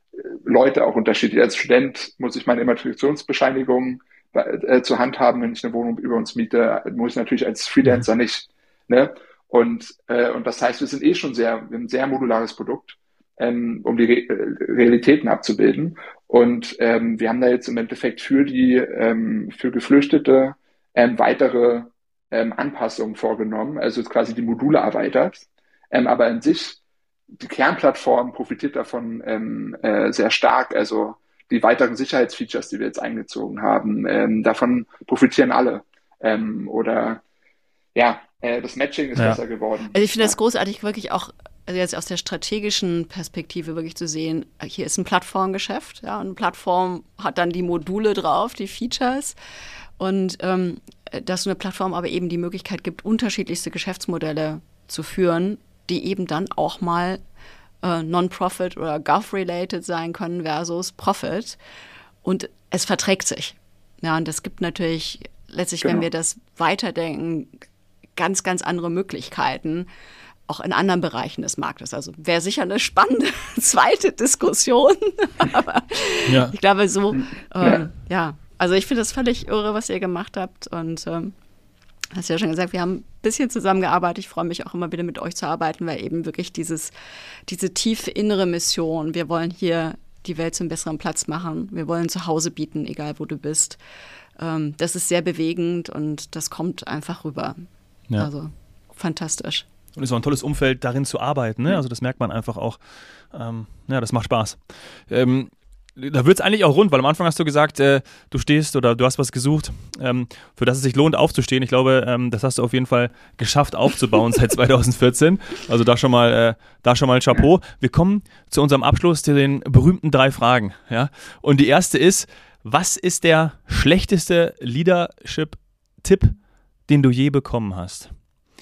Leute auch unterschiedlich. Als Student muss ich meine Immatrikulationsbescheinigung äh, zur Hand haben, wenn ich eine Wohnung über uns miete, muss ich natürlich als Freelancer nicht. Ne? Und, äh, und das heißt, wir sind eh schon sehr, ein sehr modulares Produkt, ähm, um die Re Realitäten abzubilden. Und ähm, wir haben da jetzt im Endeffekt für die, ähm, für Geflüchtete ähm, weitere ähm, Anpassungen vorgenommen, also jetzt quasi die Module erweitert. Ähm, aber in sich, die Kernplattform profitiert davon ähm, äh, sehr stark. Also die weiteren Sicherheitsfeatures, die wir jetzt eingezogen haben, ähm, davon profitieren alle. Ähm, oder ja, äh, das Matching ist ja. besser geworden. Also ich finde ja. das großartig, wirklich auch, also jetzt aus der strategischen Perspektive wirklich zu sehen, hier ist ein Plattformgeschäft, ja, und eine Plattform hat dann die Module drauf, die Features, und ähm, dass so eine Plattform aber eben die Möglichkeit gibt, unterschiedlichste Geschäftsmodelle zu führen, die eben dann auch mal äh, Non-Profit oder Gov-related sein können versus Profit. Und es verträgt sich. Ja, und es gibt natürlich letztlich, genau. wenn wir das weiterdenken, ganz, ganz andere Möglichkeiten, auch in anderen Bereichen des Marktes. Also wäre sicher eine spannende zweite Diskussion. Aber ja. ich glaube so, ähm, ja. ja, also ich finde das völlig irre, was ihr gemacht habt. Und ähm, hast ja schon gesagt, wir haben ein bisschen zusammengearbeitet. Ich freue mich auch immer wieder mit euch zu arbeiten, weil eben wirklich dieses, diese tiefe innere Mission, wir wollen hier die Welt zu einem besseren Platz machen. Wir wollen zu Hause bieten, egal wo du bist. Ähm, das ist sehr bewegend und das kommt einfach rüber. Ja. Also fantastisch. Und es ist auch ein tolles Umfeld, darin zu arbeiten. Ne? Also das merkt man einfach auch. Ähm, ja, das macht Spaß. Ähm, Da wird es eigentlich auch rund, weil am Anfang hast du gesagt, äh, du stehst oder du hast was gesucht, ähm, für das es sich lohnt aufzustehen. Ich glaube, ähm, das hast du auf jeden Fall geschafft aufzubauen seit zwanzig vierzehn. Also da schon mal, äh, da schon mal Chapeau. Wir kommen zu unserem Abschluss zu den berühmten drei Fragen. Ja? Und die erste ist, was ist der schlechteste Leadership-Tipp, den du je bekommen hast?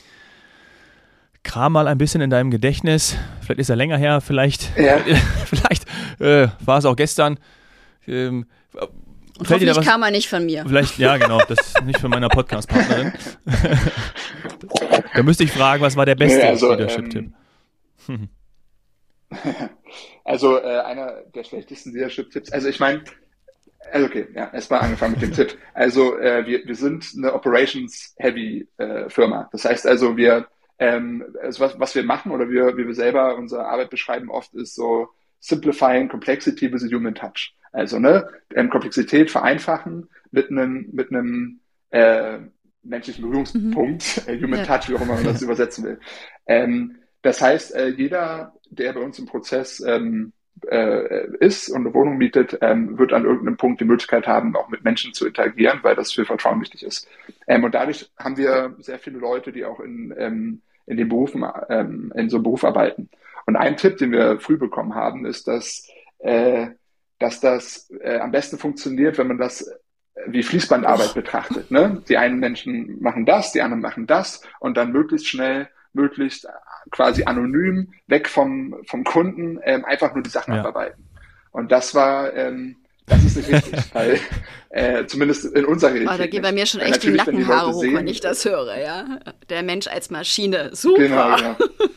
Kram mal ein bisschen in deinem Gedächtnis. Vielleicht ist er länger her, vielleicht, ja. vielleicht äh, war es auch gestern. Ähm, Und hoffentlich was, kam er nicht von mir. Vielleicht, ja, genau, das ist nicht von meiner Podcast-Partnerin. Da müsste ich fragen, was war der beste ja, also, Leadership-Tipp? Ähm, also äh, einer der schlechtesten Leadership-Tipps. Also ich meine, also okay, ja, erstmal angefangen mit dem Tipp. Also äh, wir, wir sind eine Operations-Heavy äh, Firma. Das heißt also, wir Ähm, also was, was wir machen oder wie, wie wir selber unsere Arbeit beschreiben oft ist so simplifying complexity with a human touch. Also ne, ähm, Komplexität vereinfachen mit einem mit einem äh, menschlichen Berührungspunkt, mhm. äh, human ja. touch, wie auch immer man das übersetzen will. Ähm, das heißt, äh, jeder, der bei uns im Prozess ähm, äh, ist und eine Wohnung mietet, ähm, wird an irgendeinem Punkt die Möglichkeit haben, auch mit Menschen zu interagieren, weil das für Vertrauen wichtig ist. Ähm, und dadurch haben wir sehr viele Leute, die auch in ähm, in den Berufen, ähm, in so einem Beruf arbeiten. Und ein Tipp, den wir früh bekommen haben, ist, dass, äh, dass das äh, am besten funktioniert, wenn man das wie Fließbandarbeit betrachtet. Ne? Die einen Menschen machen das, die anderen machen das und dann möglichst schnell, möglichst quasi anonym, weg vom, vom Kunden, ähm, einfach nur die Sachen ja. abarbeiten. Und das war, ähm, Das ist nicht richtig, weil äh, zumindest in unserer Realität. Oh, da gehen bei mir schon echt die Nackenhaare hoch, wenn ich das höre, ja. Der Mensch als Maschine, super. Genau, genau.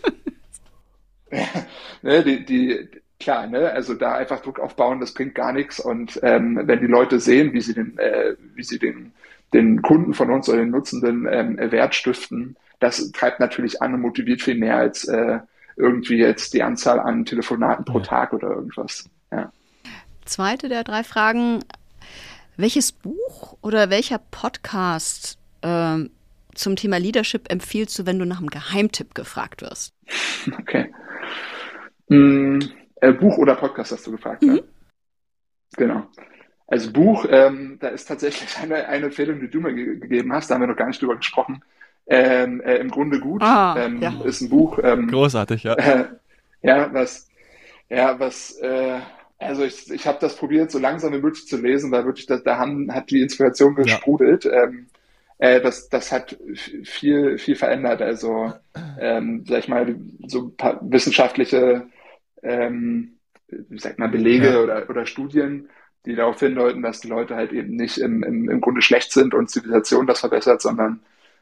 Ja, ne, die, die, klar, ne, also da einfach Druck aufbauen, das bringt gar nichts. Und ähm, wenn die Leute sehen, wie sie den, äh, wie sie den, den Kunden von uns oder den Nutzenden ähm, Wert stiften, das treibt natürlich an und motiviert viel mehr als äh, irgendwie jetzt die Anzahl an Telefonaten pro Tag oder irgendwas. Ja. Zweite der drei Fragen. Welches Buch oder welcher Podcast äh, zum Thema Leadership empfiehlst du, wenn du nach einem Geheimtipp gefragt wirst? Okay. Hm, äh, Buch oder Podcast hast du gefragt, mhm. ne? Genau. Also Buch, ähm, da ist tatsächlich eine, eine Empfehlung, die du mir ge- gegeben hast, da haben wir noch gar nicht drüber gesprochen. Ähm, äh, Im Grunde gut. Ah, ähm, ja. Ist ein Buch. Ähm, Großartig, ja. Äh, ja, was, ja, was, äh, also ich, ich habe das probiert, so langsam wie möglich zu lesen, weil wirklich, das, da haben, hat die Inspiration gesprudelt. Ja. Ähm, äh, das, das hat viel, viel verändert. Also, ähm, sag ich mal, so ein paar wissenschaftliche, ähm, wie sagt man, Belege ja. oder, oder Studien, die darauf hindeuten, dass die Leute halt eben nicht im, im, im Grunde schlecht sind und Zivilisation das verbessert, sondern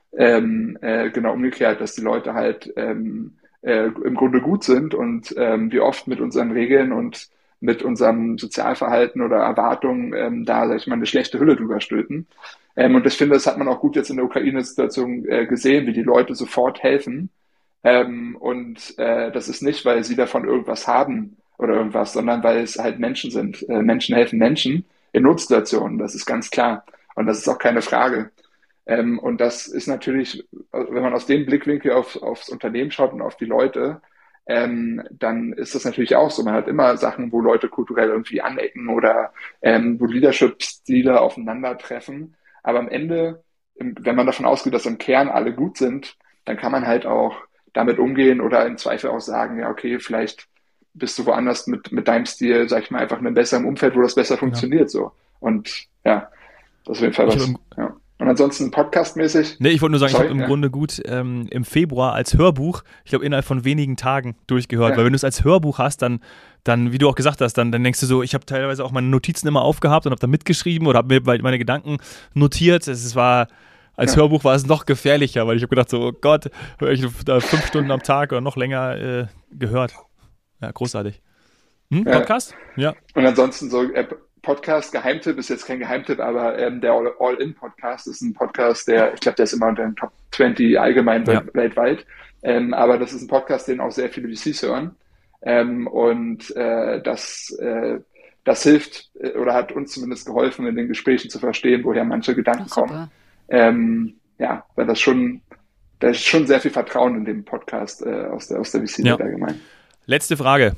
ähm, äh, genau umgekehrt, dass die Leute halt ähm, äh, im Grunde gut sind und ähm, wir oft mit unseren Regeln und mit unserem Sozialverhalten oder Erwartungen ähm, da, sag ich mal, eine schlechte Hülle drüber stülpen. Ähm, und ich finde, das hat man auch gut jetzt in der Ukraine-Situation äh, gesehen, wie die Leute sofort helfen. Ähm, und äh, das ist nicht, weil sie davon irgendwas haben oder irgendwas, sondern weil es halt Menschen sind. Äh, Menschen helfen Menschen in Notsituationen, das ist ganz klar. Und das ist auch keine Frage. Ähm, und das ist natürlich, wenn man aus dem Blickwinkel auf, aufs Unternehmen schaut und auf die Leute, ähm, dann ist das natürlich auch so. Man hat immer Sachen, wo Leute kulturell irgendwie anecken oder ähm, wo Leadership-Stile aufeinandertreffen. Aber am Ende, wenn man davon ausgeht, dass im Kern alle gut sind, dann kann man halt auch damit umgehen oder im Zweifel auch sagen, ja, okay, vielleicht bist du woanders mit, mit deinem Stil, sag ich mal, einfach in einem besseren Umfeld, wo das besser funktioniert, so. Und ja, das ist auf jeden Fall was, ja. Und ansonsten podcastmäßig? Nee, ich wollte nur sagen, Sorry, ich habe im ja. Grunde gut ähm, im Februar als Hörbuch, ich glaube innerhalb von wenigen Tagen durchgehört, ja. weil wenn du es als Hörbuch hast, dann, dann, wie du auch gesagt hast, dann, dann denkst du so, ich habe teilweise auch meine Notizen immer aufgehabt und habe da mitgeschrieben oder habe mir meine Gedanken notiert. Es war, als ja. Hörbuch war es noch gefährlicher, weil ich habe gedacht so, oh Gott, höre ich da fünf Stunden am Tag oder noch länger äh, gehört. Ja, großartig. Hm, ja. Podcast? Ja. Und ansonsten so äh, Podcast, Geheimtipp ist jetzt kein Geheimtipp, aber ähm, der All-In-Podcast ist ein Podcast, der, ich glaube, der ist immer unter den Top zwanzig allgemein ja. weltweit. Ähm, aber das ist ein Podcast, den auch sehr viele V Cs hören. Ähm, und äh, das, äh, das hilft äh, oder hat uns zumindest geholfen, in den Gesprächen zu verstehen, woher manche Gedanken Ach, kommen. Ähm, ja, weil das schon, da ist schon sehr viel Vertrauen in dem Podcast äh, aus der, aus der V C-Welt ja. allgemein. Letzte Frage.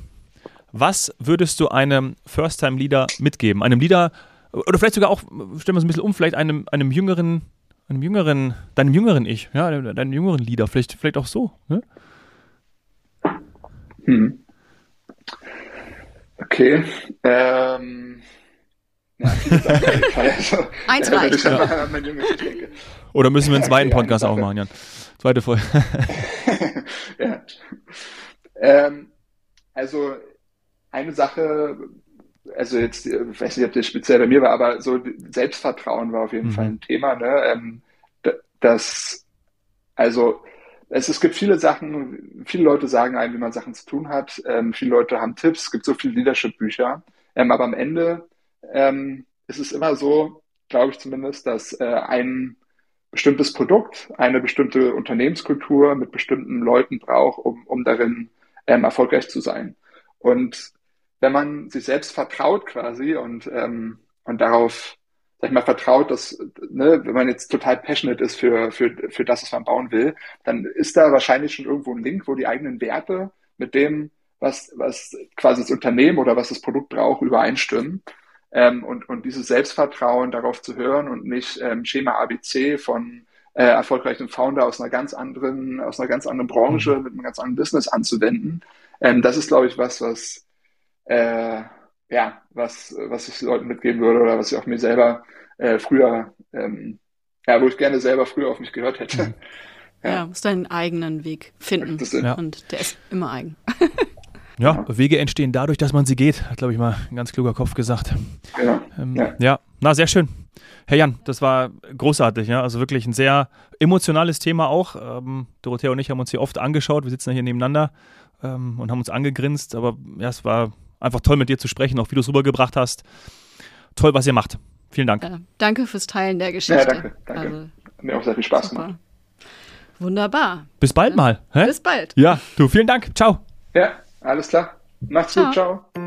Was würdest du einem First-Time-Leader mitgeben? Einem Leader, oder vielleicht sogar auch, stellen wir es ein bisschen um, vielleicht einem, einem jüngeren, einem jüngeren, deinem jüngeren Ich, ja, deinem jüngeren Leader, vielleicht, vielleicht auch so, ne? Hm. Okay. Ähm. Ja, also, Eins äh, reicht. Ja. Oder müssen wir einen zweiten okay, Podcast auch machen, Jan? Zweite Folge. ja. Ähm, also, eine Sache, also jetzt, ich weiß nicht, ob das speziell bei mir war, aber so Selbstvertrauen war auf jeden mhm. Fall ein Thema, ne? Ähm, das, also, es, es gibt viele Sachen, viele Leute sagen einem, wie man Sachen zu tun hat, ähm, viele Leute haben Tipps, es gibt so viele Leadership-Bücher, ähm, aber am Ende ähm, ist es immer so, glaube ich zumindest, dass äh, ein bestimmtes Produkt, eine bestimmte Unternehmenskultur mit bestimmten Leuten braucht, um, um darin ähm, erfolgreich zu sein. Und wenn man sich selbst vertraut quasi und, ähm, und darauf, sag ich mal, vertraut, dass, ne, wenn man jetzt total passionate ist für, für, für das, was man bauen will, dann ist da wahrscheinlich schon irgendwo ein Link, wo die eigenen Werte mit dem, was, was quasi das Unternehmen oder was das Produkt braucht, übereinstimmen. Ähm, und, und dieses Selbstvertrauen darauf zu hören und nicht ähm, Schema A B C von äh, erfolgreichen Founder aus einer ganz anderen, aus einer ganz anderen Branche mit einem ganz anderen Business anzuwenden. Ähm, das ist, glaube ich, was, was Äh, ja, was, was ich Leuten mitgeben würde oder was ich auch mir selber äh, früher, ähm, ja, wo ich gerne selber früher auf mich gehört hätte. Mhm. Ja, ja, musst deinen eigenen Weg finden das ist, und der ist immer eigen. Ja, Genau. Wege entstehen dadurch, dass man sie geht, hat, glaube ich, mal ein ganz kluger Kopf gesagt. Genau. Ähm, Ja. ja, na, sehr schön. Herr Jan, das war großartig, ja, also wirklich ein sehr emotionales Thema auch. Ähm, Dorothea und ich haben uns hier oft angeschaut, wir sitzen ja hier nebeneinander ähm, und haben uns angegrinst, aber ja, es war einfach toll mit dir zu sprechen, auch wie du es rübergebracht hast. Toll, was ihr macht. Vielen Dank. Ja, danke fürs Teilen der Geschichte. Ja, danke, danke. Also, Hat mir auch sehr viel Spaß super. gemacht. Wunderbar. Bis bald mal. Hä? Bis bald. Ja, du, vielen Dank. Ciao. Ja, alles klar. Macht's Ciao. gut, ciao.